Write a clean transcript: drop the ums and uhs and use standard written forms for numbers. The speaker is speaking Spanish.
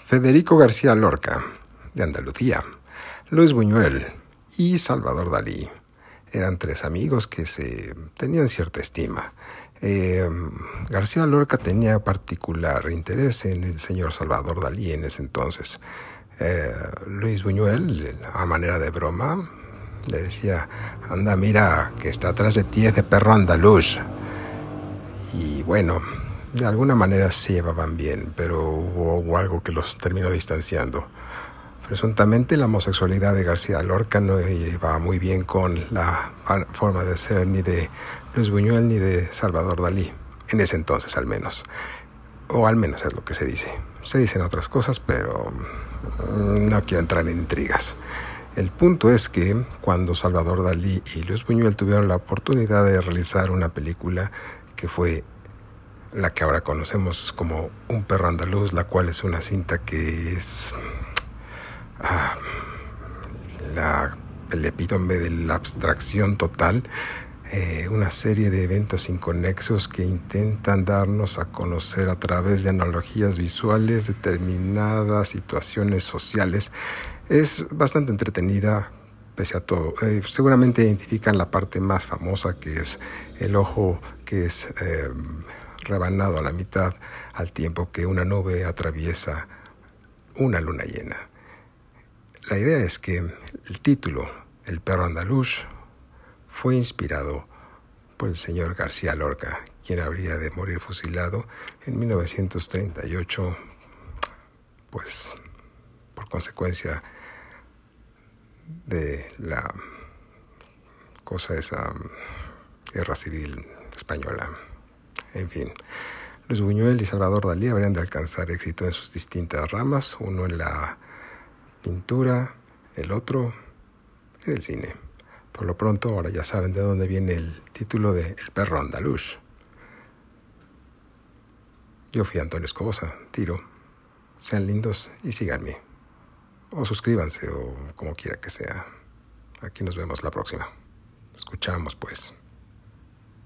Federico García Lorca, de Andalucía, Luis Buñuel y Salvador Dalí. Eran tres amigos que se tenían cierta estima. García Lorca tenía particular interés en el señor Salvador Dalí en ese entonces. Luis Buñuel, a manera de broma, le decía: anda, mira, que está atrás de ti ese perro andaluz. Y bueno, de alguna manera se llevaban bien, pero hubo algo que los terminó distanciando. Presuntamente la homosexualidad de García Lorca no llevaba muy bien con la forma de ser ni de Luis Buñuel ni de Salvador Dalí, en ese entonces al menos. O al menos es lo que se dice. Se dicen otras cosas, pero no quiero entrar en intrigas. El punto es que cuando Salvador Dalí y Luis Buñuel tuvieron la oportunidad de realizar una película que fue la que ahora conocemos como Un perro andaluz, la cual es una cinta que es el epítome de la abstracción total, una serie de eventos inconexos que intentan darnos a conocer a través de analogías visuales determinadas situaciones sociales. Es bastante entretenida pese a todo. Seguramente identifican la parte más famosa, que es el ojo que es rebanado a la mitad al tiempo que una nube atraviesa una luna llena. La idea es que el título, El perro andaluz, fue inspirado por el señor García Lorca, quien habría de morir fusilado en 1938, pues por consecuencia de la cosa esa guerra civil española. En fin, Luis Buñuel y Salvador Dalí habrían de alcanzar éxito en sus distintas ramas, uno en la pintura, el otro en el cine. Por lo pronto, ahora ya saben de dónde viene el título de El perro andaluz. Yo fui Antonio Escobosa, Tiro. Sean lindos y síganme. O suscríbanse, o como quiera que sea. Aquí nos vemos la próxima. Escuchamos, pues.